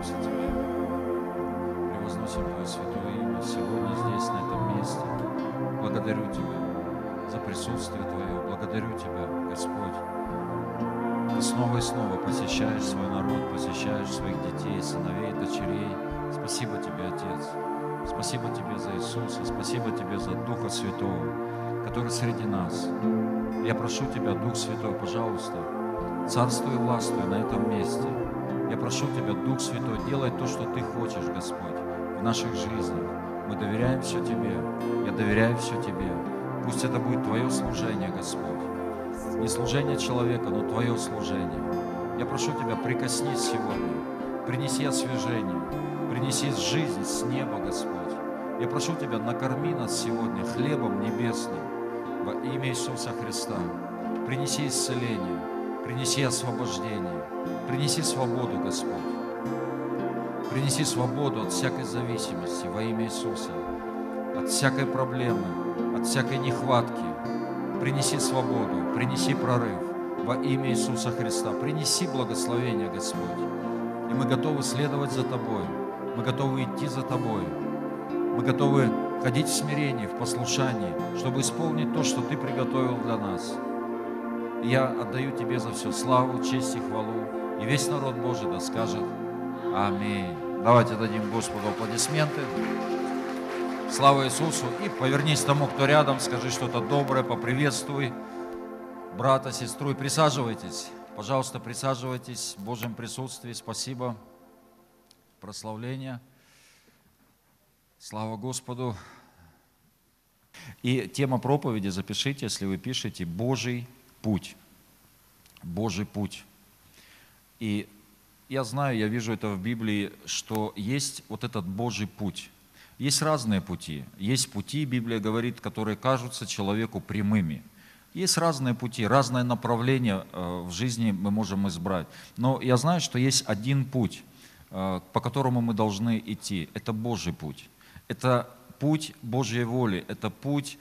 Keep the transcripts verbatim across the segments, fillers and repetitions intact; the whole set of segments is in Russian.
кланяемся Тебе, превозносим Твое святое имя сегодня здесь, на этом месте. Благодарю Тебя за присутствие Твое, благодарю Тебя, Господь. Ты снова и снова посещаешь свой народ, посещаешь своих детей, сыновей, дочерей. Спасибо Тебе, Отец. Спасибо Тебе за Иисуса, спасибо Тебе за Духа Святого, который среди нас. Я прошу Тебя, Дух Святой, пожалуйста, царствуй и властвуй на этом месте. Я прошу Тебя, Дух Святой, делай то, что Ты хочешь, Господь, в наших жизнях. Мы доверяем все Тебе, я доверяю все Тебе. Пусть это будет Твое служение, Господь. Не служение человека, но Твое служение. Я прошу Тебя, прикоснись сегодня, принеси освежение, принеси жизнь с неба, Господь. Я прошу Тебя, накорми нас сегодня хлебом небесным во имя Иисуса Христа. Принеси исцеление, принеси освобождение, принеси свободу, Господь. Принеси свободу от всякой зависимости во имя Иисуса, от всякой проблемы, от всякой нехватки. Принеси свободу, принеси прорыв во имя Иисуса Христа. Принеси благословение, Господь. И мы готовы следовать за Тобой, мы готовы идти за Тобой. Мы готовы ходить в смирении, в послушании, чтобы исполнить то, что Ты приготовил для нас. И я отдаю Тебе за все славу, честь и хвалу. И весь народ Божий да скажет аминь. Давайте дадим Господу аплодисменты. Слава Иисусу. И повернись тому, кто рядом, скажи что-то доброе, поприветствуй брата, сестру и присаживайтесь. Пожалуйста, присаживайтесь в Божьем присутствии. Спасибо. Прославление. Слава Господу. И тема проповеди, запишите, если вы пишете, Божий путь. Божий путь. И я знаю, я вижу это в Библии, что есть вот этот Божий путь. Есть разные пути. Есть пути, Библия говорит, которые кажутся человеку прямыми. Есть разные пути, разное направление в жизни мы можем избрать. Но я знаю, что есть один путь, по которому мы должны идти. Это Божий путь. Это путь Божьей воли, это путь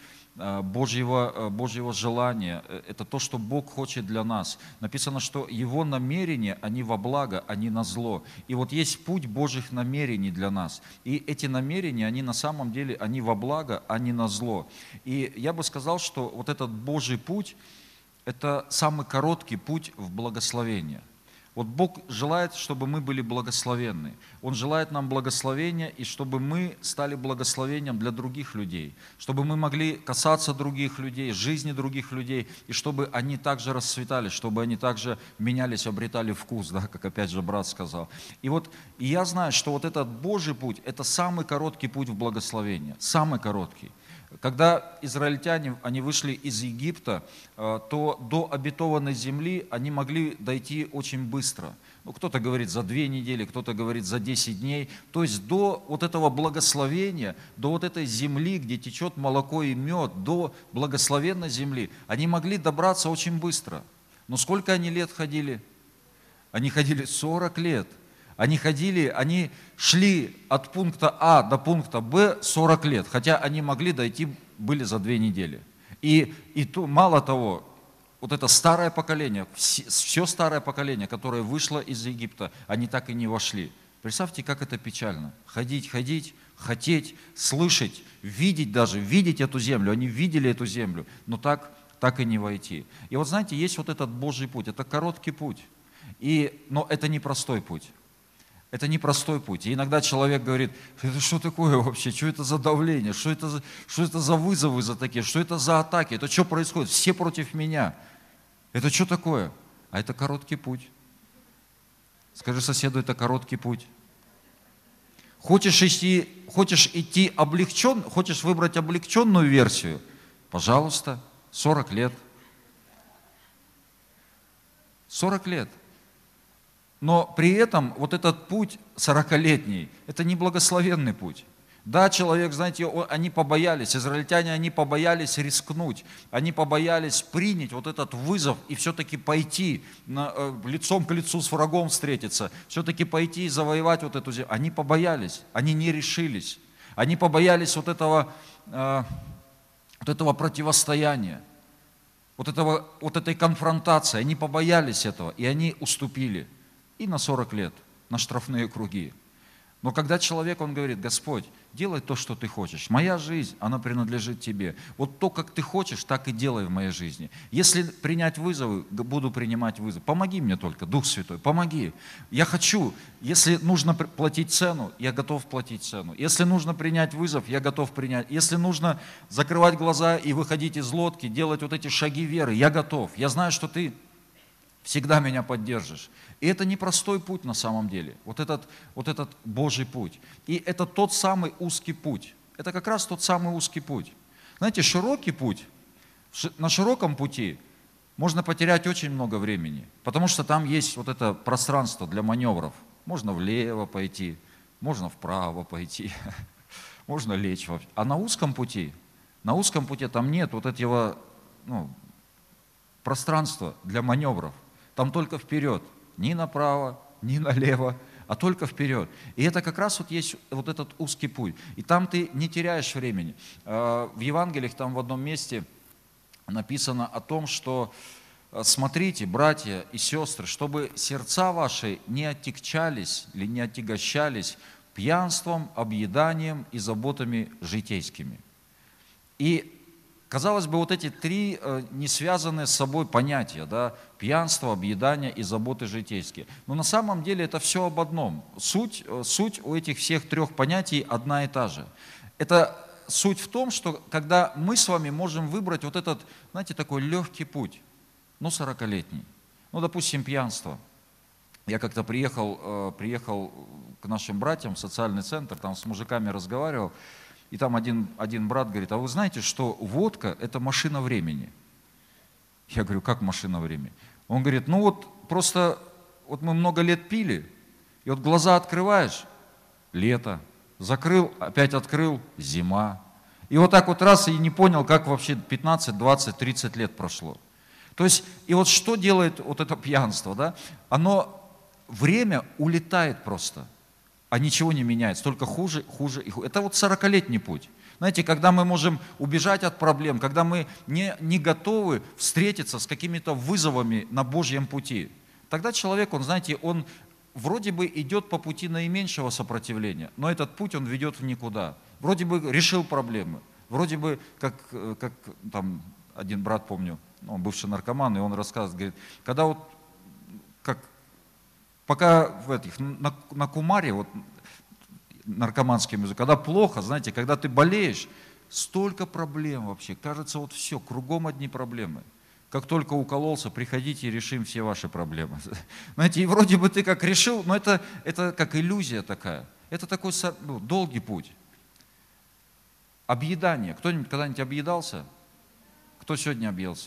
Божьего, Божьего желания, это то, что Бог хочет для нас. Написано, что Его намерения, они во благо, они на зло. И вот есть путь Божьих намерений для нас. И эти намерения, они на самом деле, они во благо, а не на зло. И я бы сказал, что вот этот Божий путь, это самый короткий путь в благословение. Вот Бог желает, чтобы мы были благословенны. Он желает нам благословения, и чтобы мы стали благословением для других людей, чтобы мы могли касаться других людей, жизни других людей, и чтобы они также расцветали, чтобы они также менялись, обретали вкус, да, как опять же брат сказал. И вот и я знаю, что вот этот Божий путь, это самый короткий путь в благословение, самый короткий. Когда израильтяне, они вышли из Египта, то до обетованной земли они могли дойти очень быстро. Ну, кто-то говорит за две недели, кто-то говорит за десять дней. То есть до вот этого благословения, до вот этой земли, где течет молоко и мед, до благословенной земли, они могли добраться очень быстро. Но сколько они лет ходили? Они ходили сорок лет. Они ходили, они шли от пункта А до пункта Б сорок лет, хотя они могли дойти, были за две недели. И, и то, мало того, вот это старое поколение, все, все старое поколение, которое вышло из Египта, они так и не вошли. Представьте, как это печально. Ходить, ходить, хотеть, слышать, видеть даже, видеть эту землю. Они видели эту землю, но так, так и не войти. И вот знаете, есть вот этот Божий путь, это короткий путь, и, но это не простой путь. Это непростой путь. И иногда человек говорит, это что такое вообще, что это за давление, что это за, что это за вызовы за такие, что это за атаки, это что происходит, все против меня. Это что такое? А это короткий путь. Скажи соседу, это короткий путь. Хочешь идти, хочешь идти облегчен, хочешь выбрать облегченную версию? Пожалуйста, сорок лет. сорок лет. Но при этом вот этот путь сорокалетний, это не благословенный путь. Да, человек, знаете, они побоялись, израильтяне, они побоялись рискнуть, они побоялись принять вот этот вызов и все-таки пойти, на, э, лицом к лицу с врагом встретиться, все-таки пойти и завоевать вот эту землю. Они побоялись, они не решились, они побоялись вот этого, э, вот этого противостояния, вот, этого, вот этой конфронтации, они побоялись этого, и они уступили. И на сорок лет. на штрафные круги. Но когда человек, он говорит: Господь, делай то, что ты хочешь. Моя жизнь, она принадлежит тебе. Вот то, как ты хочешь, так и делай в моей жизни. Если принять вызовы, буду принимать вызов. Помоги мне только, Дух Святой, помоги. Я хочу, если нужно платить цену, я готов платить цену. Если нужно принять вызов, я готов принять. Если нужно закрывать глаза и выходить из лодки, делать вот эти шаги веры, я готов. Я знаю, что ты всегда меня поддержишь. И это непростой путь на самом деле, вот этот, вот этот Божий путь. И это тот самый узкий путь. Это как раз тот самый узкий путь. Знаете, широкий путь, на широком пути можно потерять очень много времени, потому что там есть вот это пространство для маневров. Можно влево пойти, можно вправо пойти, можно лечь. А на узком пути, на узком пути там нет вот этого, ну, пространства для маневров. Там только вперед, ни направо, ни налево, а только вперед. И это как раз вот есть вот этот узкий путь. И там ты не теряешь времени. В Евангелиях там в одном месте написано о том, что смотрите, братья и сестры, чтобы сердца ваши не оттягчались или не отягощались пьянством, объеданием и заботами житейскими. И казалось бы, вот эти три э, не связанные с собой понятия, да, пьянство, объедание и заботы житейские. Но на самом деле это все об одном. Суть, э, суть у этих всех трех понятий одна и та же. Это суть в том, что когда мы с вами можем выбрать вот этот, знаете, такой легкий путь, ну, сорокалетний. Ну, допустим, пьянство. Я как-то приехал, э, приехал к нашим братьям в социальный центр, там с мужиками разговаривал. И там один, один брат говорит: а вы знаете, что водка – это машина времени? Я говорю: как машина времени? Он говорит: ну вот просто вот мы много лет пили, и вот глаза открываешь – лето, закрыл, опять открыл – зима. И вот так вот раз и не понял, как вообще пятнадцать, двадцать, тридцать лет прошло. То есть, и вот что делает вот это пьянство, да? Оно, время улетает просто. А ничего не меняется, только хуже, хуже и хуже. Это вот сорокалетний путь. Знаете, когда мы можем убежать от проблем, когда мы не, не готовы встретиться с какими-то вызовами на Божьем пути, тогда человек, он, знаете, он вроде бы идет по пути наименьшего сопротивления, но этот путь, он ведет в никуда. Вроде бы решил проблемы, вроде бы, как, как там один брат, помню, он бывший наркоман, и он рассказывает, говорит, когда вот, как пока в этих, на, на кумаре, вот, наркоманским языком, когда плохо, знаете, когда ты болеешь, столько проблем вообще, кажется, вот все, кругом одни проблемы. Как только укололся, приходите и решим все ваши проблемы. Знаете, и вроде бы ты как решил, но это, это как иллюзия такая. Это такой ну, долгий путь. Объедание. Кто-нибудь когда-нибудь объедался? Кто сегодня объелся?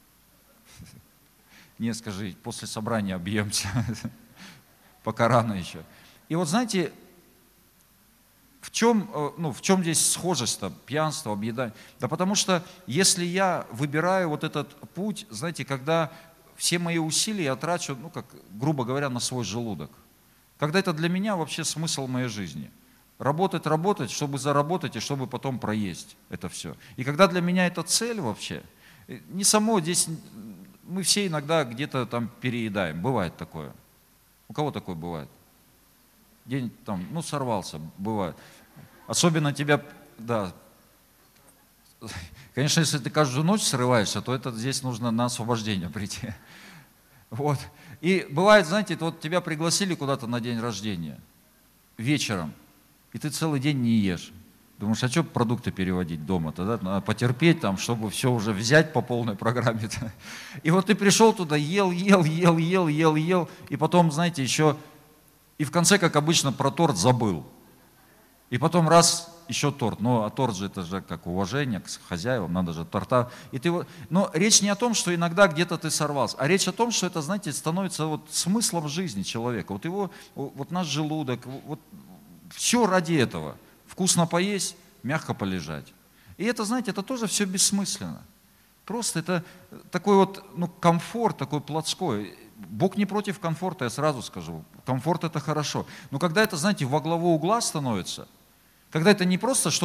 Не, скажи, после собрания объемся. Пока рано еще. И вот знаете, в чем, ну, в чем здесь схожесть-то, пьянство, объедание? Да потому что если я выбираю вот этот путь, знаете, когда все мои усилия я трачу, ну, как, грубо говоря, на свой желудок, когда это для меня вообще смысл моей жизни. Работать, работать, чтобы заработать и чтобы потом проесть это все. И когда для меня это цель вообще, не само здесь, мы все иногда где-то там переедаем, бывает такое. У кого такое бывает? День там, ну, сорвался, бывает. Особенно тебя, да. Конечно, если ты каждую ночь срываешься, то это здесь нужно на освобождение прийти. Вот. И бывает, знаете, вот тебя пригласили куда-то на день рождения вечером, и ты целый день не ешь. Думаешь, а что продукты переводить дома? Тогда надо потерпеть, там, чтобы все уже взять по полной программе. И вот ты пришел туда, ел, ел, ел, ел, ел, ел, и потом, знаете, еще, и в конце, как обычно, про торт забыл. И потом раз, еще торт. Ну, а торт же, это же как уважение к хозяевам, надо же торта. И ты вот... Но речь не о том, что иногда где-то ты сорвался, а речь о том, что это, знаете, становится вот смыслом жизни человека. Вот его, вот наш желудок, вот все ради этого. Вкусно поесть, мягко полежать. И это, знаете, это тоже все бессмысленно. Просто это такой вот ну, комфорт, такой плотской. Бог не против комфорта, я сразу скажу. Комфорт это хорошо. Но когда это, знаете, во главу угла становится, когда это не просто что-то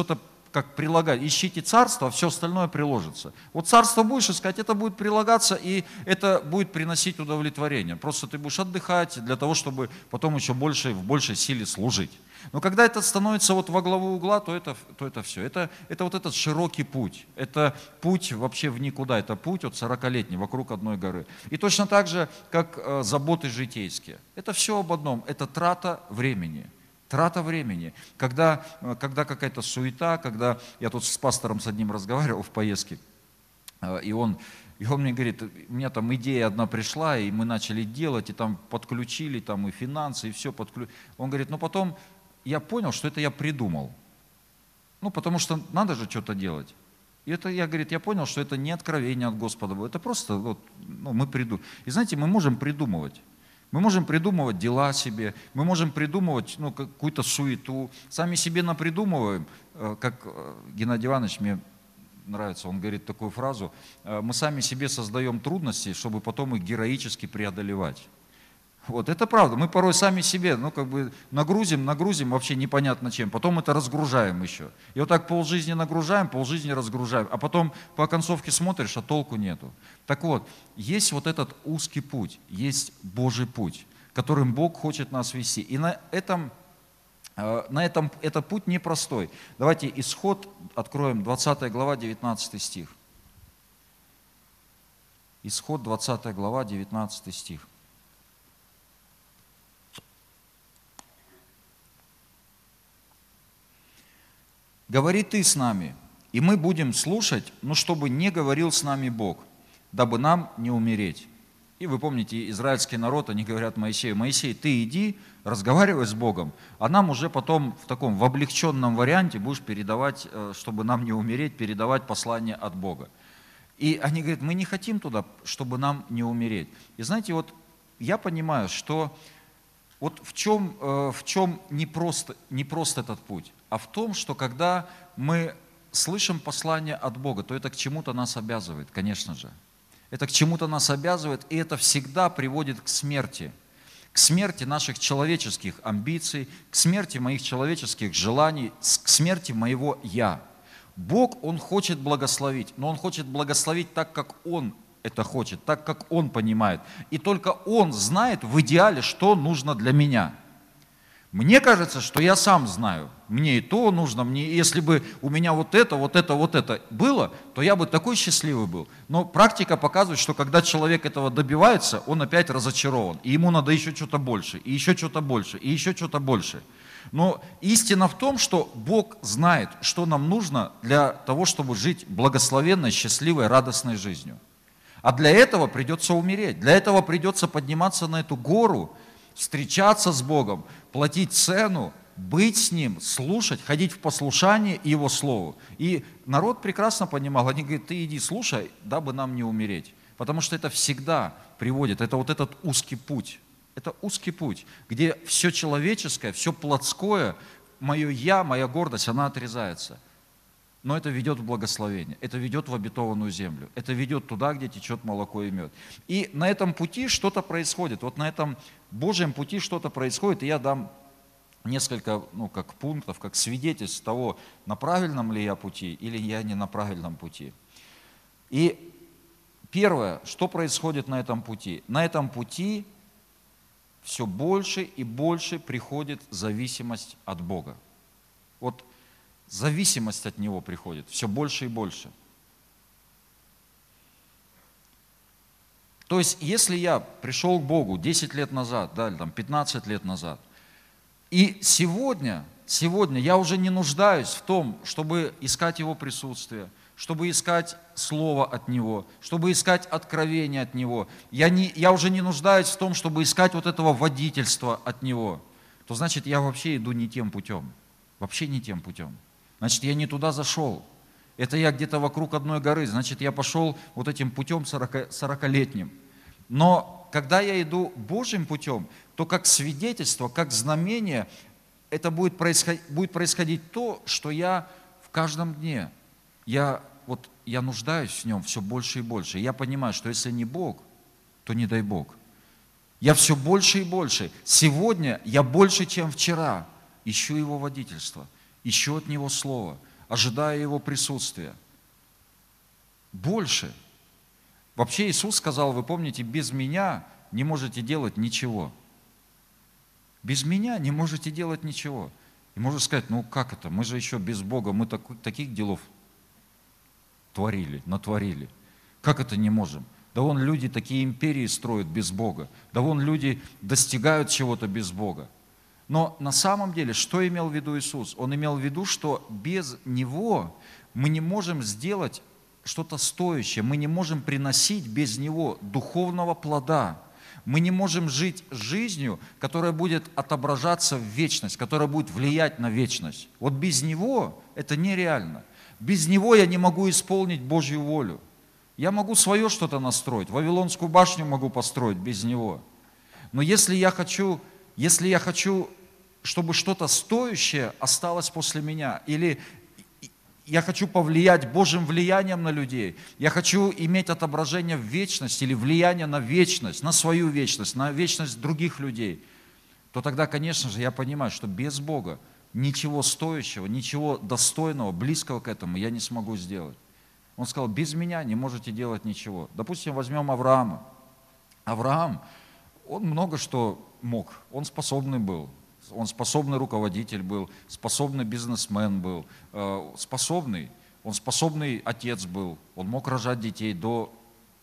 как прилагать. Ищите царство, а все остальное приложится. Вот царство будешь искать, это будет прилагаться, и это будет приносить удовлетворение. Просто ты будешь отдыхать для того, чтобы потом еще больше, в большей силе служить. Но когда это становится вот во главу угла, то это, то это все. Это, это вот этот широкий путь. Это путь вообще в никуда. Это путь от сорокалетний вокруг одной горы. И точно так же, как э, заботы житейские. Это все об одном. Это трата времени. Трата времени. Когда, э, когда какая-то суета, когда я тут с пастором с одним разговаривал в поездке, э, и он... И он мне говорит, у меня там идея одна пришла, и мы начали делать, и там подключили, там и финансы, и все подключили. Он говорит, ну потом я понял, что это я придумал. Ну, потому что надо же что-то делать. И это, я, говорит, я понял, что это не откровение от Господа, это просто, вот, ну, мы придумали. И знаете, мы можем придумывать. Мы можем придумывать дела себе, мы можем придумывать ну, какую-то суету, сами себе напридумываем, как Геннадий Иванович мне нравится, он говорит такую фразу, мы сами себе создаем трудности, чтобы потом их героически преодолевать. Вот, это правда, мы порой сами себе, ну, как бы нагрузим, нагрузим вообще непонятно чем, потом это разгружаем еще. И вот так полжизни нагружаем, полжизни разгружаем, а потом по оконцовке смотришь, а толку нету. Так вот, есть вот этот узкий путь, есть Божий путь, которым Бог хочет нас вести. И на этом, на этом этот путь непростой. Давайте Исход откроем, двадцатая глава, девятнадцатый стих. Исход, двадцатая глава, девятнадцатый стих. «Говори ты с нами, и мы будем слушать, но чтобы не говорил с нами Бог, дабы нам не умереть». И вы помните, израильский народ, они говорят Моисею, Моисей, ты иди, разговаривай с Богом, а нам уже потом в таком, в облегченном варианте будешь передавать, чтобы нам не умереть, передавать послание от Бога. И они говорят, мы не хотим туда, чтобы нам не умереть. И знаете, вот я понимаю, что вот в чем, в чем не просто, не просто этот путь, а в том, что когда мы слышим послание от Бога, то это к чему-то нас обязывает, конечно же. Это к чему-то нас обязывает, и это всегда приводит к смерти. К смерти наших человеческих амбиций, к смерти моих человеческих желаний, к смерти моего «я». Бог, Он хочет благословить, но Он хочет благословить так, как Он это хочет, так, как Он понимает. И только Он знает в идеале, что нужно для меня. Мне кажется, что я сам знаю, мне и то нужно, мне, если бы у меня вот это, вот это, вот это было, то я бы такой счастливый был. Но практика показывает, что когда человек этого добивается, он опять разочарован, и ему надо еще что-то больше, и еще что-то больше, и еще что-то больше. Но истина в том, что Бог знает, что нам нужно для того, чтобы жить благословенной, счастливой, радостной жизнью. А для этого придется умереть, для этого придется подниматься на эту гору, встречаться с Богом, платить цену, быть с Ним, слушать, ходить в послушание Его Слову. И народ прекрасно понимал, они говорят, ты иди слушай, дабы нам не умереть. Потому что это всегда приводит, это вот этот узкий путь. Это узкий путь, где все человеческое, все плотское, мое «я», моя гордость, она отрезается. Но это ведет в благословение, это ведет в обетованную землю, это ведет туда, где течет молоко и мед. И на этом пути что-то происходит, вот на этом Божьем пути что-то происходит, и я дам несколько, ну, как пунктов, как свидетельств того, на правильном ли я пути или я не на правильном пути. И первое, что происходит на этом пути? На этом пути все больше и больше приходит зависимость от Бога. Вот зависимость от Него приходит все больше и больше. То есть, если я пришел к Богу десять лет назад, да, или там пятнадцать лет назад, и сегодня, сегодня я уже не нуждаюсь в том, чтобы искать Его присутствие, чтобы искать Слово от Него, чтобы искать откровение от Него, я, не, я уже не нуждаюсь в том, чтобы искать вот этого водительства от Него, то значит, я вообще иду не тем путем, вообще не тем путем. Значит, я не туда зашел. Это я где-то вокруг одной горы. Значит, я пошел вот этим путем сорокалетним. Но когда я иду Божьим путем, то как свидетельство, как знамение, это будет происходить, будет происходить то, что я в каждом дне, я, вот, я нуждаюсь в нем все больше и больше. И я понимаю, что если не Бог, то не дай Бог. Я все больше и больше. Сегодня я больше, чем вчера, ищу Его водительства. Ищу от Него Слово. ожидая Его присутствия. Больше. Вообще Иисус сказал, вы помните, без Меня не можете делать ничего. Без Меня не можете делать ничего. И можно сказать, ну как это, мы же еще без Бога, мы так, таких делов творили, натворили. Как это не можем? Да вон люди такие империи строят без Бога. Да вон люди достигают чего-то без Бога. Но на самом деле, что имел в виду Иисус? Он имел в виду, что без Него мы не можем сделать что-то стоящее, мы не можем приносить без Него духовного плода. Мы не можем жить жизнью, которая будет отображаться в вечность, которая будет влиять на вечность. Вот без Него это нереально. Без Него я не могу исполнить Божью волю. Я могу свое что-то настроить, Вавилонскую башню могу построить без Него. Но если я хочу, если я хочу, чтобы что-то стоящее осталось после меня, или я хочу повлиять Божьим влиянием на людей, я хочу иметь отображение в вечность или влияние на вечность, на свою вечность, на вечность других людей, то тогда, конечно же, я понимаю, что без Бога ничего стоящего, ничего достойного, близкого к этому я не смогу сделать. Он сказал, без Меня не можете делать ничего. Допустим, возьмем Авраама. Авраам, он много что мог, он способный был. Он способный руководитель был, способный бизнесмен был, э, способный, он способный отец был, он мог рожать детей до,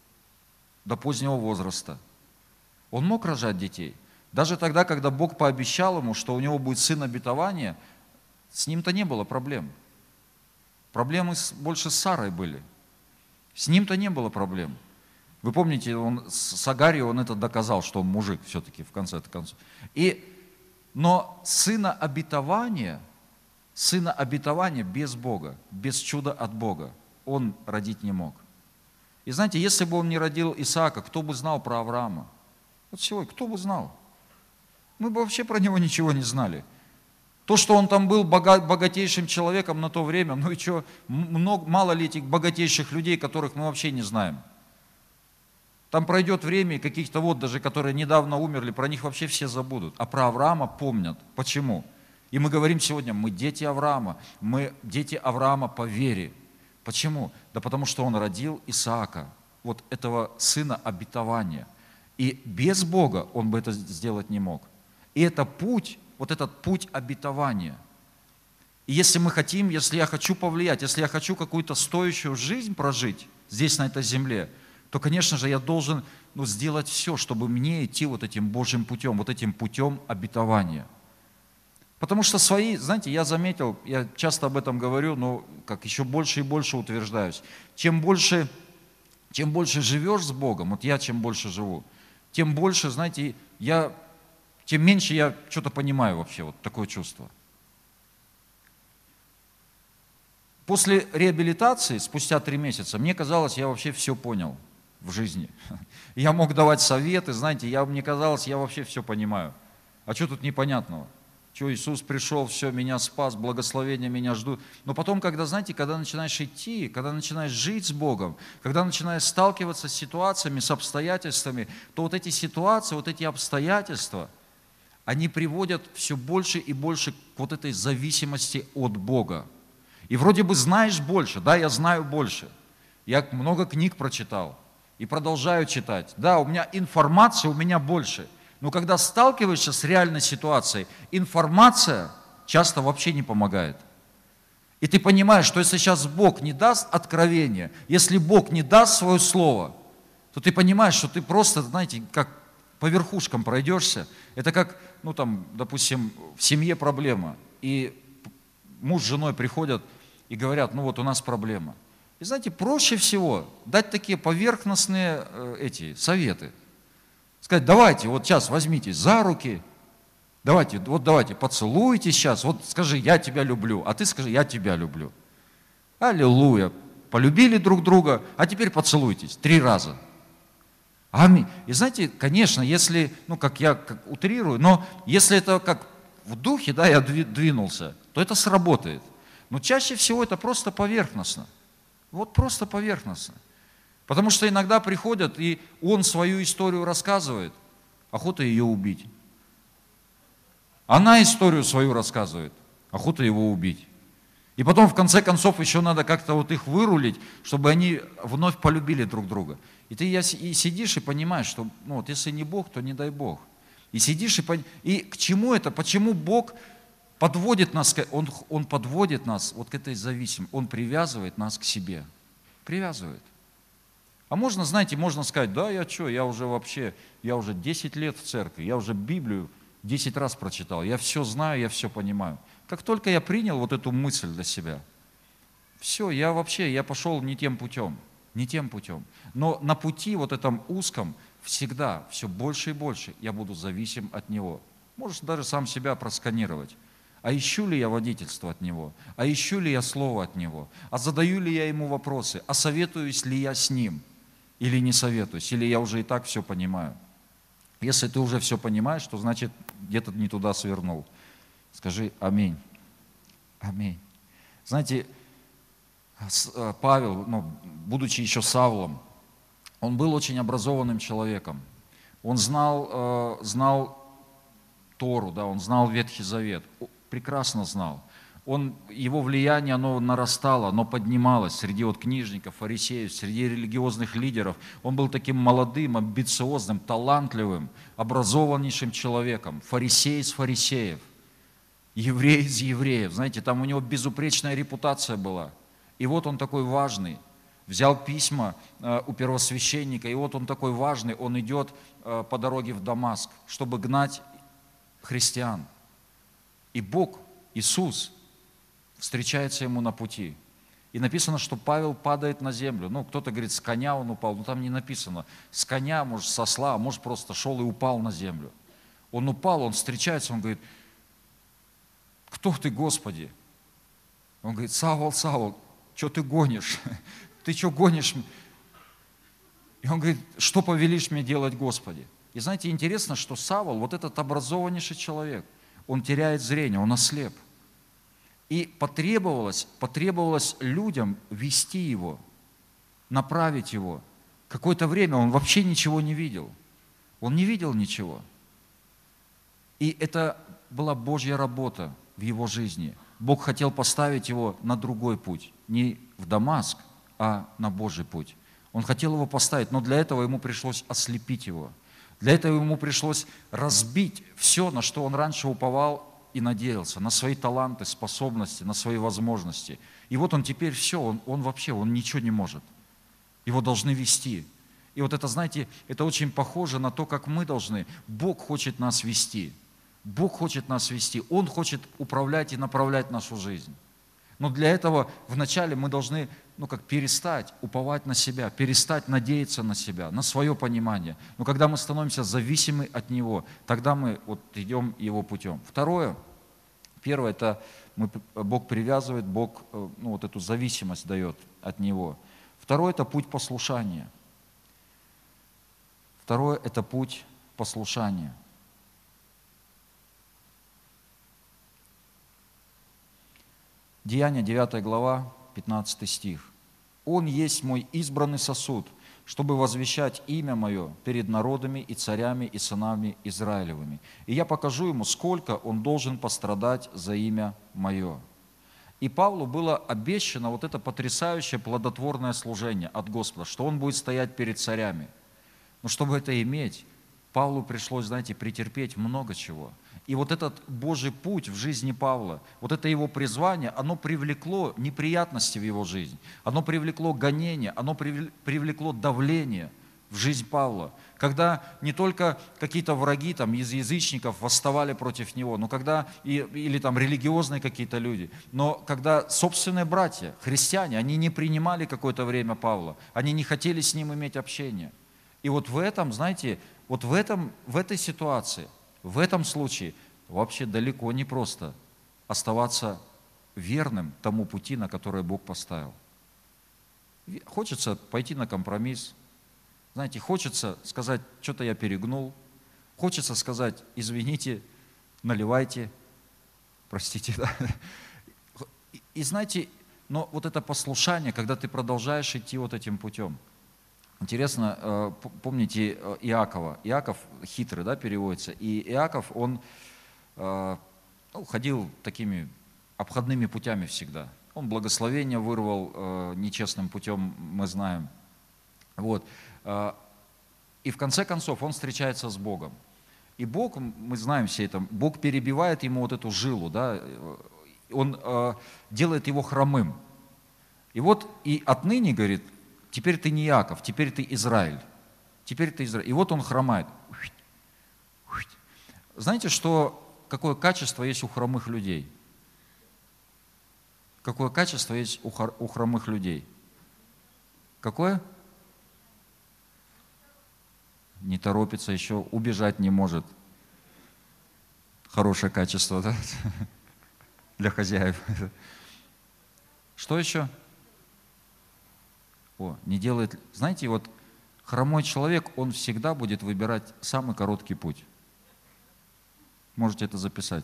до позднего возраста. Он мог рожать детей. Даже тогда, когда Бог пообещал ему, что у него будет сын обетования, с ним-то не было проблем. Проблемы с, больше с Сарой были. С ним-то не было проблем. Вы помните, он, с Агарью он это доказал, что он мужик все-таки в конце концов. И Но сына обетования, сына обетования без Бога, без чуда от Бога, он родить не мог. И знаете, если бы он не родил Исаака, кто бы знал про Авраама? Вот сегодня, кто бы знал? Мы бы вообще про него ничего не знали. То, что он там был богатейшим человеком на то время, ну и что, много, мало ли этих богатейших людей, которых мы вообще не знаем. Там пройдет время, и каких-то вот даже, которые недавно умерли, про них вообще все забудут. А про Авраама помнят. Почему? И мы говорим сегодня, мы дети Авраама, мы дети Авраама по вере. Почему? Да потому что он родил Исаака, вот этого сына обетования. И без Бога он бы это сделать не мог. И это путь, вот этот путь обетования. И если мы хотим, если я хочу повлиять, если я хочу какую-то стоящую жизнь прожить здесь, на этой земле, то, конечно же, я должен ну, сделать все, чтобы мне идти вот этим Божьим путем, вот этим путем обетования. Потому что свои, знаете, я заметил, я часто об этом говорю, но как еще больше и больше утверждаюсь, чем больше, чем больше живешь с Богом, вот я чем больше живу, тем больше, знаете, я, тем меньше я что-то понимаю вообще, вот такое чувство. После реабилитации, спустя три месяца, мне казалось, я вообще все понял в жизни. Я мог давать советы, знаете, я, мне казалось, я вообще все понимаю. А что тут непонятного? Что Иисус пришел, все, меня спас, благословения меня ждут. Но потом, когда, знаете, когда начинаешь идти, когда начинаешь жить с Богом, когда начинаешь сталкиваться с ситуациями, с обстоятельствами, то вот эти ситуации, вот эти обстоятельства, они приводят все больше и больше к вот этой зависимости от Бога. И вроде бы знаешь больше, да, я знаю больше. Я много книг прочитал и продолжаю читать. Да, у меня информации, у меня больше. Но когда сталкиваешься с реальной ситуацией, информация часто вообще не помогает. И ты понимаешь, что если сейчас Бог не даст откровения, если Бог не даст свое слово, то ты понимаешь, что ты просто, знаете, как по верхушкам пройдешься. Это как, ну там, допустим, в семье проблема, и муж с женой приходят и говорят, ну вот у нас проблема. И знаете, проще всего дать такие поверхностные э, эти советы. Сказать, давайте, вот сейчас возьмитесь за руки, давайте, вот давайте, поцелуйтесь сейчас, вот скажи, я тебя люблю, а ты скажи, я тебя люблю. Аллилуйя. Полюбили друг друга, а теперь поцелуйтесь три раза. Аминь. И знаете, конечно, если, ну как я как утрирую, но если это как в духе, да, я двинулся, то это сработает. Но чаще всего это просто поверхностно. Вот просто поверхностно. Потому что иногда приходят, и он свою историю рассказывает, охота ее убить. Она историю свою рассказывает, охота его убить. И потом, в конце концов, еще надо как-то вот их вырулить, чтобы они вновь полюбили друг друга. И ты и сидишь и понимаешь, что ну, вот если не Бог, то не дай Бог. И сидишь и пон... И к чему это? Почему Бог подводит нас, Он, он подводит нас вот к этой зависимости, Он привязывает нас к себе. Привязывает. А можно, знаете, можно сказать, да, я что, я уже вообще, я уже десять лет в церкви, я уже Библию десять раз прочитал, я все знаю, я все понимаю. Как только я принял вот эту мысль для себя, все, я вообще, я пошел не тем путем, не тем путем. Но на пути вот этом узком всегда все больше и больше я буду зависим от Него. Можешь даже сам себя просканировать. А ищу ли я водительство от Него? А ищу ли я слово от Него? А задаю ли я Ему вопросы? А советуюсь ли я с Ним? Или не советуюсь? Или я уже и так все понимаю? Если ты уже все понимаешь, то значит где-то не туда свернул. Скажи аминь. Аминь. Знаете, Павел, ну, будучи еще Савлом, он был очень образованным человеком. Он знал, знал Тору, да, он знал Ветхий Завет, прекрасно знал. Он, его влияние, оно нарастало, оно поднималось среди вот книжников, фарисеев, среди религиозных лидеров. Он был таким молодым, амбициозным, талантливым, образованнейшим человеком, фарисей из фарисеев, еврей из евреев. Знаете, там у него безупречная репутация была. И вот он такой важный, взял письма у первосвященника, и вот он такой важный, он идет по дороге в Дамаск, чтобы гнать христиан. И Бог, Иисус, встречается ему на пути. И написано, что Павел падает на землю. Ну, кто-то говорит, с коня он упал, но там не написано. С коня, может, с осла, а может, просто шел и упал на землю. Он упал, он встречается, он говорит, кто ты, Господи? Он говорит, Савл, Савл, что ты гонишь? Ты что гонишь? И он говорит, что повелишь мне делать, Господи? И знаете, интересно, что Савл, вот этот образованнейший человек, он теряет зрение, он ослеп. И потребовалось, потребовалось людям вести его, направить его. Какое-то время он вообще ничего не видел. Он не видел ничего. И это была Божья работа в его жизни. Бог хотел поставить его на другой путь. Не в Дамаск, а на Божий путь. Он хотел его поставить, но для этого ему пришлось ослепить его. Для этого ему пришлось разбить все, на что он раньше уповал и надеялся, на свои таланты, способности, на свои возможности. И вот он теперь все, он, он вообще, он ничего не может. Его должны вести. И вот это, знаете, это очень похоже на то, как мы должны. Бог хочет нас вести. Бог хочет нас вести. Он хочет управлять и направлять нашу жизнь. Но для этого вначале мы должны, ну как, перестать уповать на себя, перестать надеяться на себя, на свое понимание. Но когда мы становимся зависимы от Него, тогда мы вот идем Его путем. Второе, первое, это мы, Бог привязывает, Бог ну, вот эту зависимость дает от Него. Второе, это путь послушания. Второе, это путь послушания. Деяния, девятая глава, пятнадцатый стих. «Он есть мой избранный сосуд, чтобы возвещать имя мое перед народами и царями и сынами Израилевыми. И я покажу ему, сколько он должен пострадать за имя мое». И Павлу было обещано вот это потрясающее плодотворное служение от Господа, что он будет стоять перед царями. Но чтобы это иметь, Павлу пришлось, знаете, претерпеть много чего. И вот этот Божий путь в жизни Павла, вот это его призвание, оно привлекло неприятности в его жизнь, оно привлекло гонения, оно привлекло давление в жизнь Павла. Когда не только какие-то враги там, из язычников восставали против него, но когда, и, или там религиозные какие-то люди, но когда собственные братья, христиане, они не принимали какое-то время Павла, они не хотели с ним иметь общение. И вот в этом, знаете, вот в, этом, в этой ситуации, в этом случае вообще далеко не просто оставаться верным тому пути, на который Бог поставил. Хочется пойти на компромисс. Знаете, хочется сказать, что-то я перегнул. Хочется сказать, извините, наливайте, простите. Да? И, и знаете, но вот это послушание, когда ты продолжаешь идти вот этим путем. Интересно, помните Иакова? Иаков хитрый, да, переводится. И Иаков, он ну, ходил такими обходными путями всегда. Он благословение вырвал э, нечестным путем, мы знаем. Вот. Э, и в конце концов он встречается с Богом. И Бог, мы знаем все это, Бог перебивает ему вот эту жилу, да, он э, делает его хромым. И вот и отныне, говорит, теперь ты не Иаков, теперь ты Израиль. Теперь ты Израиль. И вот он хромает. Знаете, что, какое качество есть у хромых людей? Какое качество есть у, хор, у хромых людей? Какое? Не торопится еще, убежать не может. Хорошее качество, да? Для хозяев. Что еще? О, не делает... Знаете, вот хромой человек, он всегда будет выбирать самый короткий путь. Можете это записать.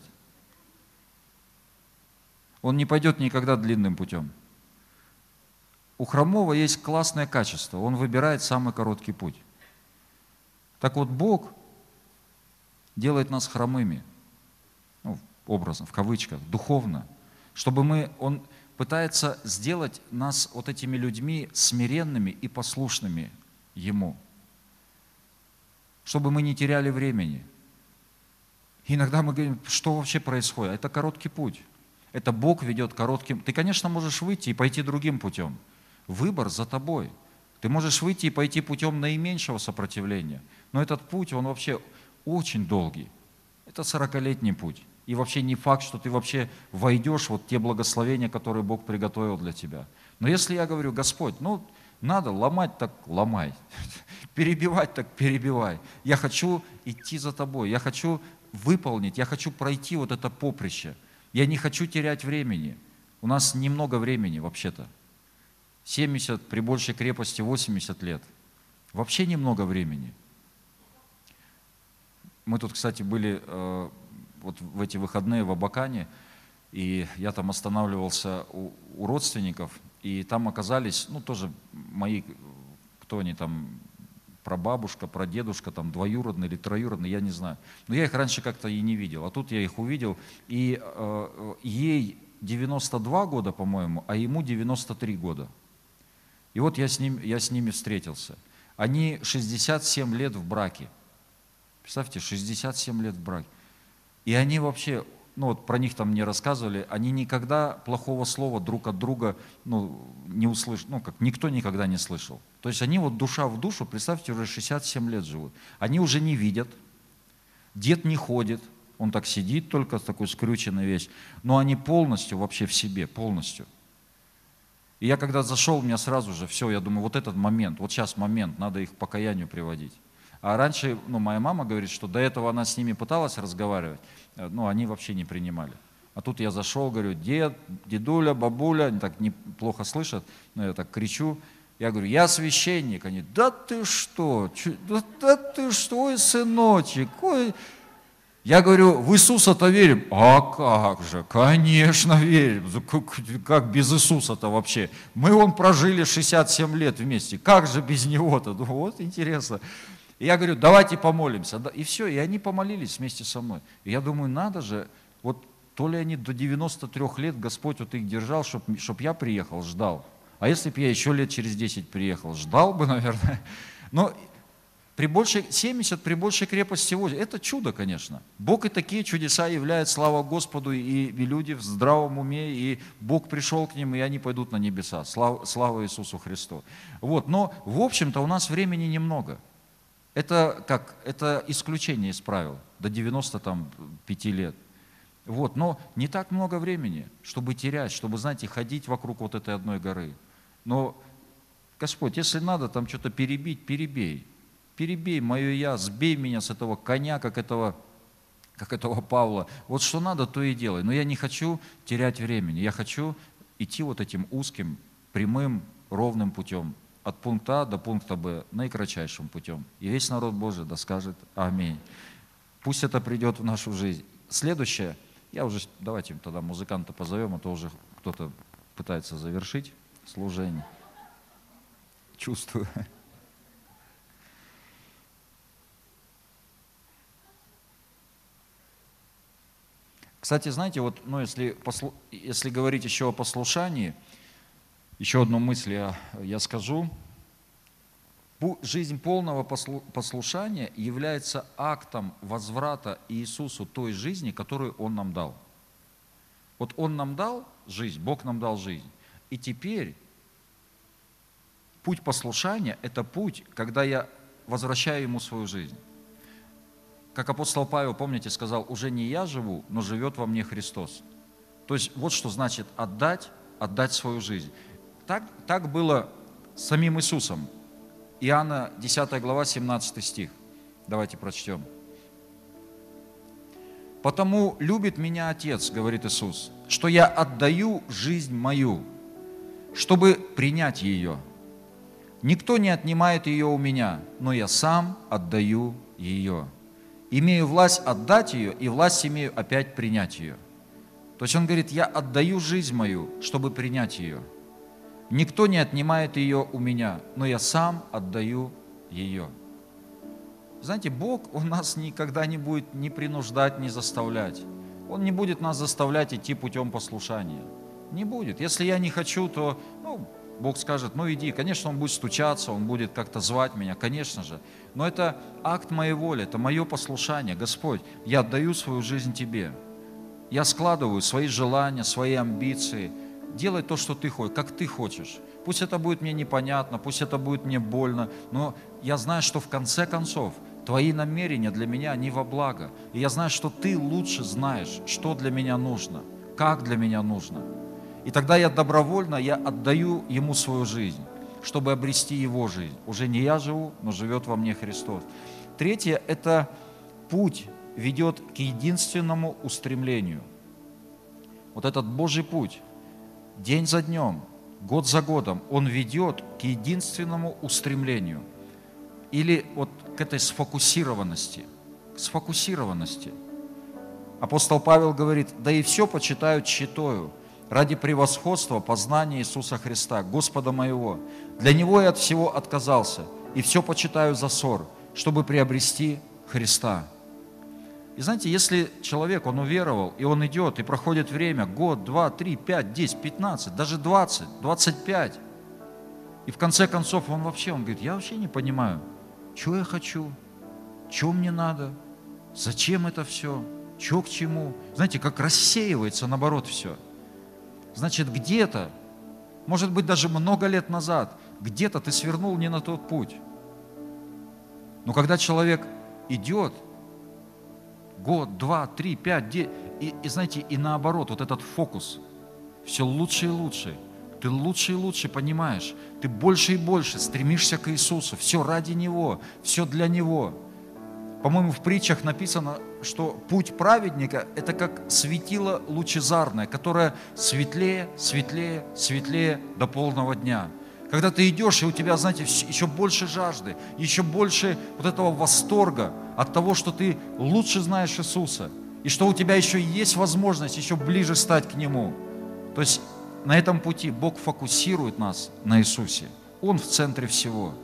Он не пойдет никогда длинным путем. У хромого есть классное качество. Он выбирает самый короткий путь. Так вот, Бог делает нас хромыми, ну, образно, в кавычках, духовно, чтобы мы, Он пытается сделать нас вот этими людьми смиренными и послушными Ему, чтобы мы не теряли времени. Иногда мы говорим, что вообще происходит? Это короткий путь. Это Бог ведет коротким. Ты, конечно, можешь выйти и пойти другим путем. Выбор за тобой. Ты можешь выйти и пойти путем наименьшего сопротивления. Но этот путь, он вообще очень долгий. Это сорокалетний путь. И вообще не факт, что ты вообще войдешь в вот те благословения, которые Бог приготовил для тебя. Но если я говорю, Господь, ну, надо ломать, так ломай. Перебивать, так перебивай. Я хочу идти за тобой. Я хочу выполнить, я хочу пройти вот это поприще. Я не хочу терять времени. У нас немного времени вообще-то. семьдесят, при большей крепости восемьдесят лет. Вообще немного времени. Мы тут, кстати, были э, вот в эти выходные в Абакане, и я там останавливался у, у родственников, и там оказались, ну, тоже мои, кто они там, прабабушка, прадедушка, там, двоюродный или троюродный, я не знаю. Но я их раньше как-то и не видел, а тут я их увидел, и э, ей девяносто два года, по-моему, а ему девяносто три года. И вот я с, ним, я с ними встретился. Они шестьдесят семь лет в браке. Представьте, шестьдесят семь лет в браке. И они вообще, ну вот про них там мне рассказывали, они никогда плохого слова друг от друга ну, не услышали, ну как никто никогда не слышал. То есть они вот душа в душу, представьте, уже шестьдесят семь лет живут. Они уже не видят, дед не ходит, он так сидит только, такой скрюченный весь, но они полностью вообще в себе, полностью. И я когда зашел, у меня сразу же все, я думаю, вот этот момент, вот сейчас момент, надо их к покаянию приводить. А раньше, ну, моя мама говорит, что до этого она с ними пыталась разговаривать, но они вообще не принимали. А тут я зашел, говорю, дед, дедуля, бабуля, они так неплохо слышат, но я так кричу. Я говорю, я священник. Они, да ты что, да, да ты что, ой, сыночек, ой. Я говорю, в Иисуса-то верим. А как же, конечно верим. Как без Иисуса-то вообще? Мы вон прожили шестьдесят семь лет вместе. Как же без Него-то? Ну, вот интересно. И я говорю, давайте помолимся. И все, и они помолились вместе со мной. И я думаю, надо же, вот то ли они до девяноста трёх лет, Господь вот их держал, чтобы чтоб я приехал, ждал. А если бы я еще лет через десять приехал, ждал бы, наверное. Но при большей, семьдесят при большей крепости восемьдесят, это чудо, конечно. Бог и такие чудеса являет, слава Господу, и, и люди в здравом уме, и Бог пришел к ним, и они пойдут на небеса. Слава, слава Иисусу Христу. Вот, но, в общем-то, у нас времени немного. Это как? Это исключение из правил, до девяноста пяти лет. Вот, но не так много времени, чтобы терять, чтобы, знаете, ходить вокруг вот этой одной горы. Но, Господь, если надо там что-то перебить, перебей. Перебей мое я, сбей меня с этого коня, как этого, как этого Павла. Вот что надо, то и делай. Но я не хочу терять времени. Я хочу идти вот этим узким, прямым, ровным путем. От пункта А до пункта Б, наикратчайшим путем. И весь народ Божий да скажет аминь. Пусть это придет в нашу жизнь. Следующее, я уже, давайте тогда музыканта позовем, а то уже кто-то пытается завершить служение. Чувствую. Кстати, знаете, вот, ну, если, послу... если говорить еще о послушании, еще одну мысль я, я скажу. Жизнь полного послушания является актом возврата Иисусу той жизни, которую Он нам дал. Вот Он нам дал жизнь, Бог нам дал жизнь. И теперь путь послушания – это путь, когда я возвращаю Ему свою жизнь. Как апостол Павел, помните, сказал, уже не я живу, но живет во мне Христос. То есть вот что значит отдать, отдать свою жизнь. Так, так было с самим Иисусом. Иоанна десятая глава, семнадцатый стих. Давайте прочтем. «Потому любит меня Отец, говорит Иисус, что я отдаю жизнь мою, чтобы принять ее. Никто не отнимает ее у меня, но я сам отдаю ее. Имею власть отдать ее, и власть имею опять принять ее». То есть он говорит, я отдаю жизнь мою, чтобы принять ее. Никто не отнимает ее у меня, но я сам отдаю ее. Знаете, Бог, Он нас никогда не будет ни принуждать, ни заставлять. Он не будет нас заставлять идти путем послушания. Не будет. Если я не хочу, то ну, Бог скажет, ну иди. Конечно, Он будет стучаться, Он будет как-то звать меня, конечно же. Но это акт моей воли, это мое послушание. Господь, я отдаю свою жизнь Тебе. Я складываю свои желания, свои амбиции. Делай то, что Ты хочешь, как Ты хочешь. Пусть это будет мне непонятно, пусть это будет мне больно, но я знаю, что в конце концов Твои намерения для меня, они во благо. И я знаю, что Ты лучше знаешь, что для меня нужно, как для меня нужно. И тогда я добровольно, я отдаю Ему свою жизнь, чтобы обрести Его жизнь. Уже не я живу, но живет во мне Христос. Третье – это путь ведет к единственному устремлению. Вот этот Божий путь, день за днем, год за годом, он ведет к единственному устремлению. Или вот к этой сфокусированности. К сфокусированности. Апостол Павел говорит, да и все почитают тщетою ради превосходства познания Иисуса Христа, Господа моего. Для Него я от всего отказался, и все почитаю за ссор, чтобы приобрести Христа. И знаете, если человек, он уверовал, и он идет, и проходит время, год, два, три, пять, десять, пятнадцать, даже двадцать, двадцать пять, и в конце концов он вообще, он говорит, я вообще не понимаю, что я хочу, что мне надо, зачем это все, что к чему. Знаете, как рассеивается, наоборот, все. Значит, где-то, может быть, даже много лет назад, где-то ты свернул не на тот путь. Но когда человек идет, год, два, три, пять, девять, и, и знаете, и наоборот, вот этот фокус, все лучше и лучше, ты лучше и лучше понимаешь, ты больше и больше стремишься к Иисусу, все ради Него, все для Него. По-моему, в притчах написано, что путь праведника – это как светило лучезарное, которое светлее, светлее, светлее до полного дня. Когда ты идешь, и у тебя, знаете, еще больше жажды, еще больше вот этого восторга от того, что ты лучше знаешь Иисуса, и что у тебя еще есть возможность еще ближе стать к Нему. То есть на этом пути Бог фокусирует нас на Иисусе. Он в центре всего.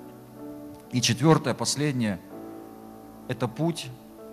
И четвертое, последнее, это путь,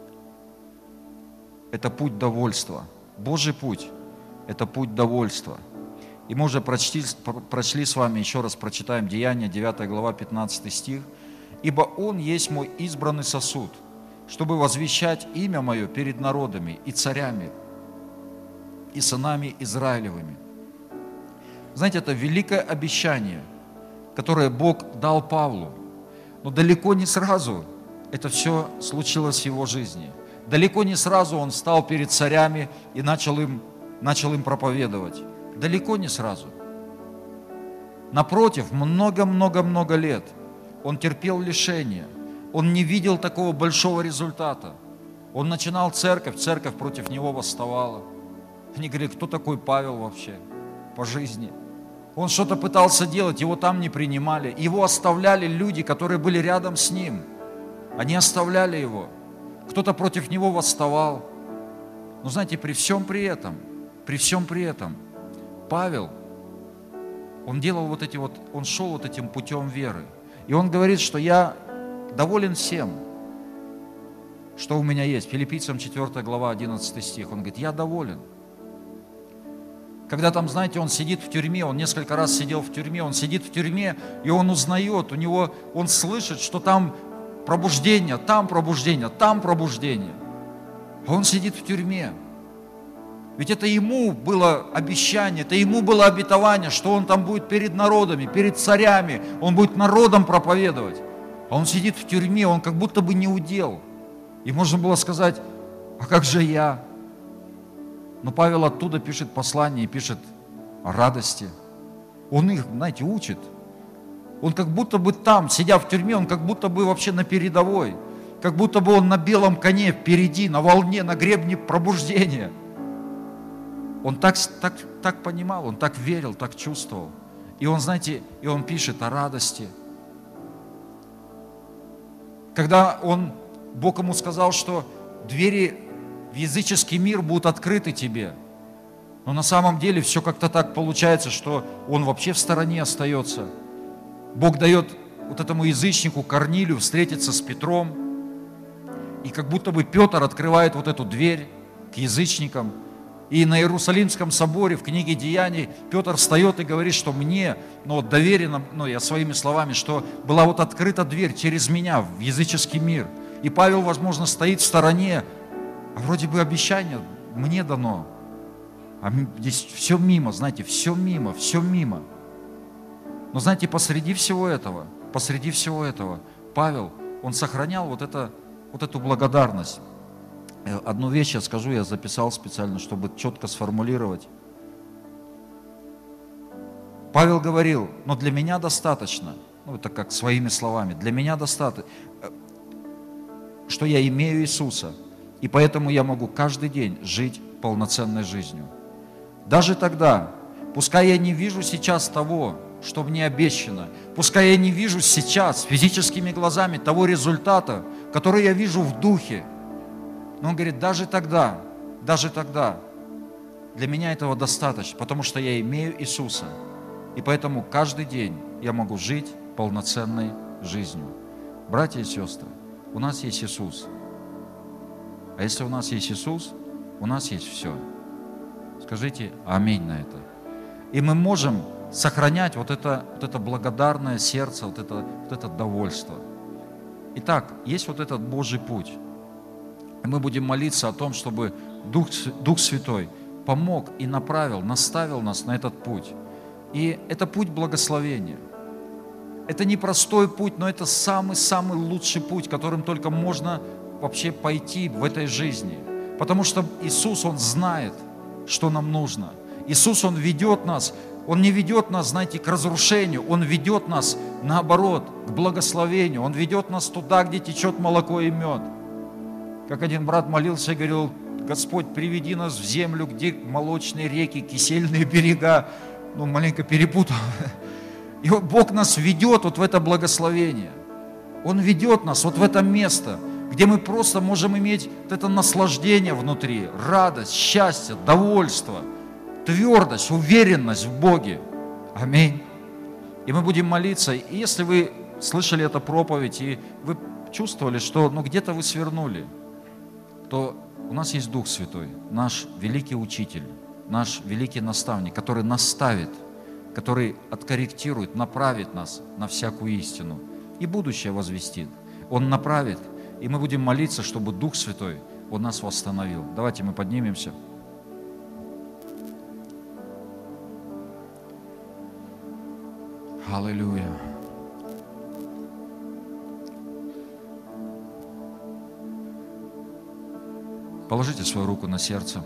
это путь довольства. Божий путь – это путь довольства. И мы уже прочли, прочли с вами, еще раз прочитаем Деяния, девятая глава, пятнадцатый стих. «Ибо Он есть мой избранный сосуд, чтобы возвещать имя Мое перед народами и царями, и сынами Израилевыми». Знаете, это великое обещание, которое Бог дал Павлу. Но далеко не сразу это все случилось в его жизни. Далеко не сразу он встал перед царями и начал им, начал им проповедовать. Далеко не сразу. Напротив, много-много-много лет он терпел лишения. Он не видел такого большого результата. Он начинал церковь, церковь против него восставала. Они говорили, кто такой Павел вообще по жизни? Он что-то пытался делать, его там не принимали. Его оставляли люди, которые были рядом с ним. Они оставляли его. Кто-то против него восставал. Но знаете, при всем при этом, при всем при этом, Павел, он делал вот эти вот, он шел вот этим путем веры. И он говорит, что я доволен всем. что у меня есть. Филиппийцам четвёртая глава, одиннадцатый стих. Он говорит, я доволен. Когда там, знаете, он сидит в тюрьме, он несколько раз сидел в тюрьме, он сидит в тюрьме, и он узнает, у него, он слышит, что там пробуждение, там пробуждение, там пробуждение. А он сидит в тюрьме. Ведь это ему было обещание, это ему было обетование, что он там будет перед народами, перед царями, он будет народом проповедовать. А он сидит в тюрьме, он как будто бы не удел. И можно было сказать, а как же я? Но Павел оттуда пишет послание и пишет о радости. Он их, знаете, учит. Он как будто бы там, сидя в тюрьме, он как будто бы вообще на передовой. Как будто бы он на белом коне впереди, на волне, на гребне пробуждения. Он так, так, так понимал, он так верил, так чувствовал. И он, знаете, и он пишет о радости. Когда он, Бог ему сказал, что двери в языческий мир будут открыты тебе. Но на самом деле все как-то так получается, что он вообще в стороне остается. Бог дает вот этому язычнику Корнилию встретиться с Петром. И как будто бы Петр открывает вот эту дверь к язычникам. И на Иерусалимском соборе в книге Деяний Петр встает и говорит, что мне, ну, доверено, ну, я своими словами, что была вот открыта дверь через меня в языческий мир. И Павел, возможно, стоит в стороне, а вроде бы обещание мне дано. А здесь все мимо, знаете, все мимо, все мимо. Но знаете, посреди всего этого, посреди всего этого, Павел, он сохранял вот, это, вот эту благодарность. Одну вещь я скажу, я записал специально, чтобы четко сформулировать. Павел говорил, но для меня достаточно, ну это как своими словами, для меня достаточно, что я имею Иисуса, и поэтому я могу каждый день жить полноценной жизнью. Даже тогда, пускай я не вижу сейчас того, что мне обещано, пускай я не вижу сейчас физическими глазами того результата, который я вижу в духе, но он говорит, даже тогда, даже тогда для меня этого достаточно, потому что я имею Иисуса. И поэтому каждый день я могу жить полноценной жизнью. Братья и сестры, у нас есть Иисус. А если у нас есть Иисус, у нас есть все. Скажите аминь на это. И мы можем сохранять вот это, вот это благодарное сердце, вот это, вот это довольство. Итак, есть вот этот Божий путь. И мы будем молиться о том, чтобы Дух, Дух Святой помог и направил, наставил нас на этот путь. И это путь благословения. Это не простой путь, но это самый-самый лучший путь, которым только можно вообще пойти в этой жизни. Потому что Иисус, Он знает, что нам нужно. Иисус, Он ведет нас, Он не ведет нас, знаете, к разрушению, Он ведет нас, наоборот, к благословению. Он ведет нас туда, где течет молоко и мед. Как один брат молился и говорил, Господь, приведи нас в землю, где молочные реки, кисельные берега. Ну, маленько перепутал. И вот Бог нас ведет вот в это благословение. Он ведет нас вот в это место, где мы просто можем иметь вот это наслаждение внутри, радость, счастье, довольство, твердость, уверенность в Боге. Аминь. И мы будем молиться. И если вы слышали эту проповедь, и вы чувствовали, что ну, где-то вы свернули, то у нас есть Дух Святой, наш великий учитель, наш великий наставник, который наставит, который откорректирует, направит нас на всякую истину и будущее возвестит. Он направит, и мы будем молиться, чтобы Дух Святой, Он нас восстановил. Давайте мы поднимемся. Аллилуйя. Положите свою руку на сердце.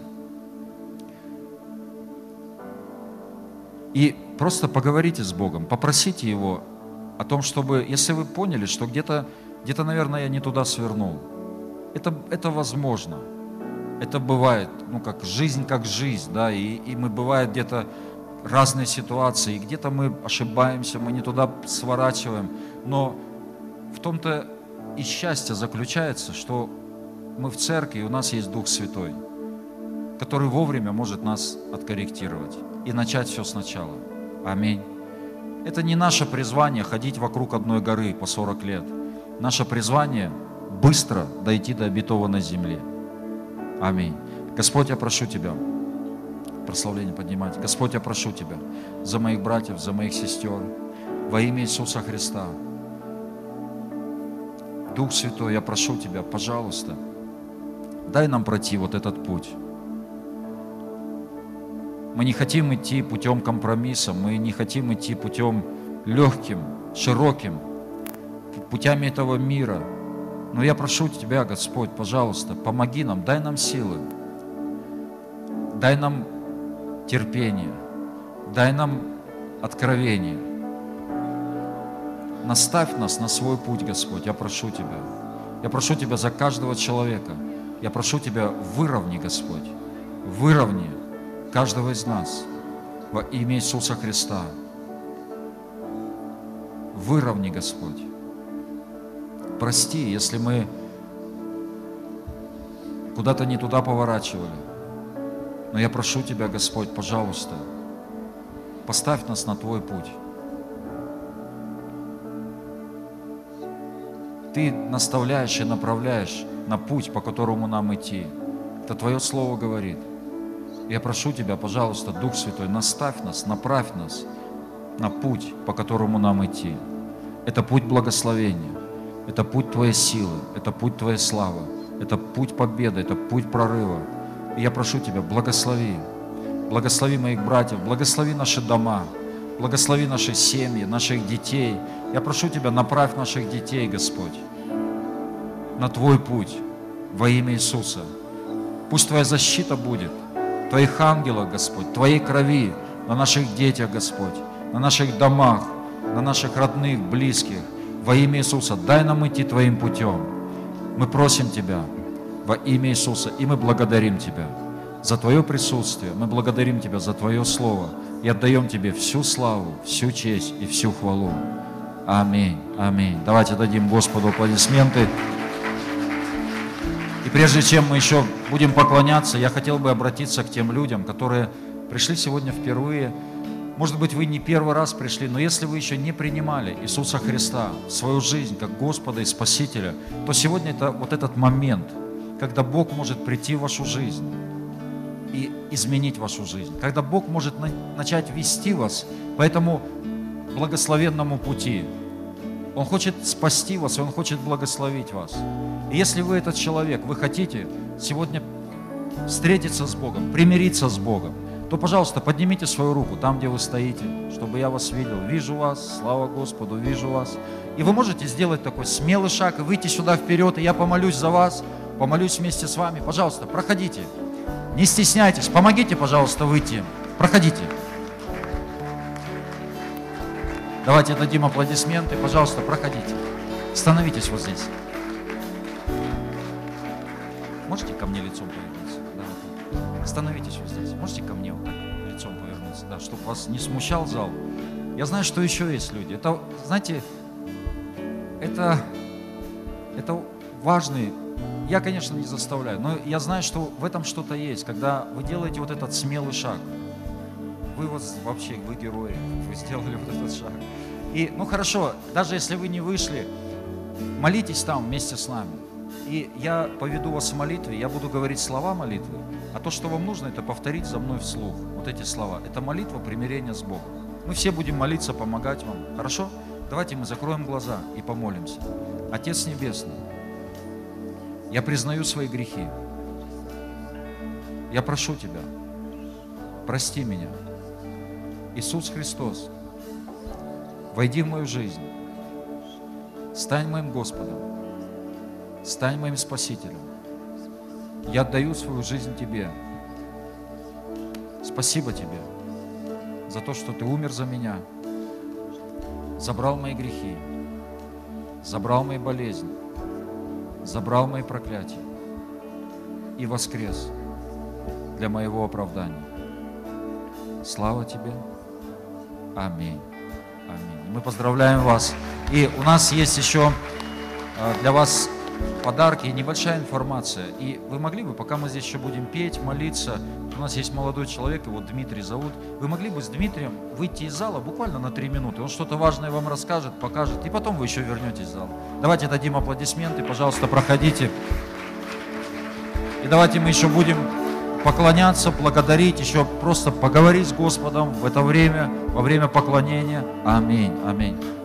И просто поговорите с Богом, попросите Его о том, чтобы, если вы поняли, что где-то, где-то, наверное, я не туда свернул, это, это возможно. Это бывает, ну, как жизнь, как жизнь, да, и, и мы, бывает, где-то разные ситуации, и где-то мы ошибаемся, мы не туда сворачиваем, но в том-то и счастье заключается, что мы в церкви, и у нас есть Дух Святой, который вовремя может нас откорректировать и начать все сначала. Аминь. Это не наше призвание ходить вокруг одной горы по сорок лет. Наше призвание быстро дойти до обетованной земли. Аминь. Господь, я прошу Тебя, прославление поднимать. Господь, я прошу Тебя за моих братьев, за моих сестер, во имя Иисуса Христа. Дух Святой, я прошу Тебя, пожалуйста, дай нам пройти вот этот путь. Мы не хотим идти путем компромисса, мы не хотим идти путем легким, широким, путями этого мира. Но я прошу Тебя, Господь, пожалуйста, помоги нам, дай нам силы, дай нам терпение, дай нам откровение. Наставь нас на свой путь, Господь, я прошу Тебя. Я прошу Тебя за каждого человека. Я прошу Тебя, выровни, Господь, выровни каждого из нас во имя Иисуса Христа. Выровни, Господь. Прости, если мы куда-то не туда поворачивали. Но я прошу Тебя, Господь, пожалуйста, поставь нас на Твой путь. Ты наставляешь и направляешь на путь, по которому нам идти. Это Твое Слово говорит. Я прошу Тебя, пожалуйста, Дух Святой, наставь нас, направь нас на путь, по которому нам идти. Это путь благословения, это путь Твоей силы, это путь Твоей славы, это путь победы, это путь прорыва. И я прошу Тебя, благослови, благослови моих братьев, благослови наши дома, благослови наши семьи, наших детей. Я прошу Тебя, направь наших детей, Господь, на Твой путь во имя Иисуса. Пусть Твоя защита будет, Твоих ангелов, Господь, Твоей крови на наших детях, Господь, на наших домах, на наших родных, близких. Во имя Иисуса, дай нам идти Твоим путем. Мы просим Тебя во имя Иисуса, и мы благодарим Тебя за Твое присутствие, мы благодарим Тебя за Твое Слово и отдаем Тебе всю славу, всю честь и всю хвалу. Аминь, аминь. Давайте дадим Господу аплодисменты. И прежде чем мы еще будем поклоняться, я хотел бы обратиться к тем людям, которые пришли сегодня впервые. Может быть, вы не первый раз пришли, но если вы еще не принимали Иисуса Христа в свою жизнь как Господа и Спасителя, то сегодня это вот этот момент, когда Бог может прийти в вашу жизнь и изменить вашу жизнь, когда Бог может начать вести вас по этому благословенному пути. Он хочет спасти вас, и Он хочет благословить вас. И если вы этот человек, вы хотите сегодня встретиться с Богом, примириться с Богом, то, пожалуйста, поднимите свою руку там, где вы стоите, чтобы я вас видел. Вижу вас, слава Господу, вижу вас. И вы можете сделать такой смелый шаг и выйти сюда вперед, и я помолюсь за вас, помолюсь вместе с вами. Пожалуйста, проходите, не стесняйтесь, помогите, пожалуйста, выйти. Проходите. Давайте дадим аплодисменты, пожалуйста, проходите. Становитесь вот здесь. Можете ко мне лицом повернуться? Да. Становитесь вот здесь. Можете ко мне вот так лицом повернуться, да, чтобы вас не смущал зал. Я знаю, что еще есть люди. Это, знаете, это, это важный. Я, конечно, не заставляю, но я знаю, что в этом что-то есть, когда вы делаете вот этот смелый шаг. Вы вот вообще, вы герои, вы сделали вот этот шаг. И, ну хорошо, даже если вы не вышли, молитесь там вместе с нами. И я поведу вас в молитве, я буду говорить слова молитвы, а то, что вам нужно, это повторить за мной вслух. Вот эти слова. Это молитва примирения с Богом. Мы все будем молиться, помогать вам. Хорошо? Давайте мы закроем глаза и помолимся. Отец Небесный, я признаю свои грехи. Я прошу Тебя, прости меня. Иисус Христос, войди в мою жизнь, стань моим Господом, стань моим Спасителем. Я отдаю свою жизнь Тебе. Спасибо Тебе за то, что Ты умер за меня, забрал мои грехи, забрал мои болезни, забрал мои проклятия и воскрес для моего оправдания. Слава Тебе. Аминь. Аминь. Мы поздравляем вас. И у нас есть еще для вас подарки, небольшая информация. И вы могли бы, пока мы здесь еще будем петь, молиться, у нас есть молодой человек, его Дмитрий зовут, вы могли бы с Дмитрием выйти из зала буквально на три минуты. Он что-то важное вам расскажет, покажет, и потом вы еще вернетесь в зал. Давайте дадим аплодисменты, пожалуйста, проходите. И давайте мы еще будем поклоняться, благодарить, еще просто поговорить с Господом в это время, во время поклонения. Аминь, аминь.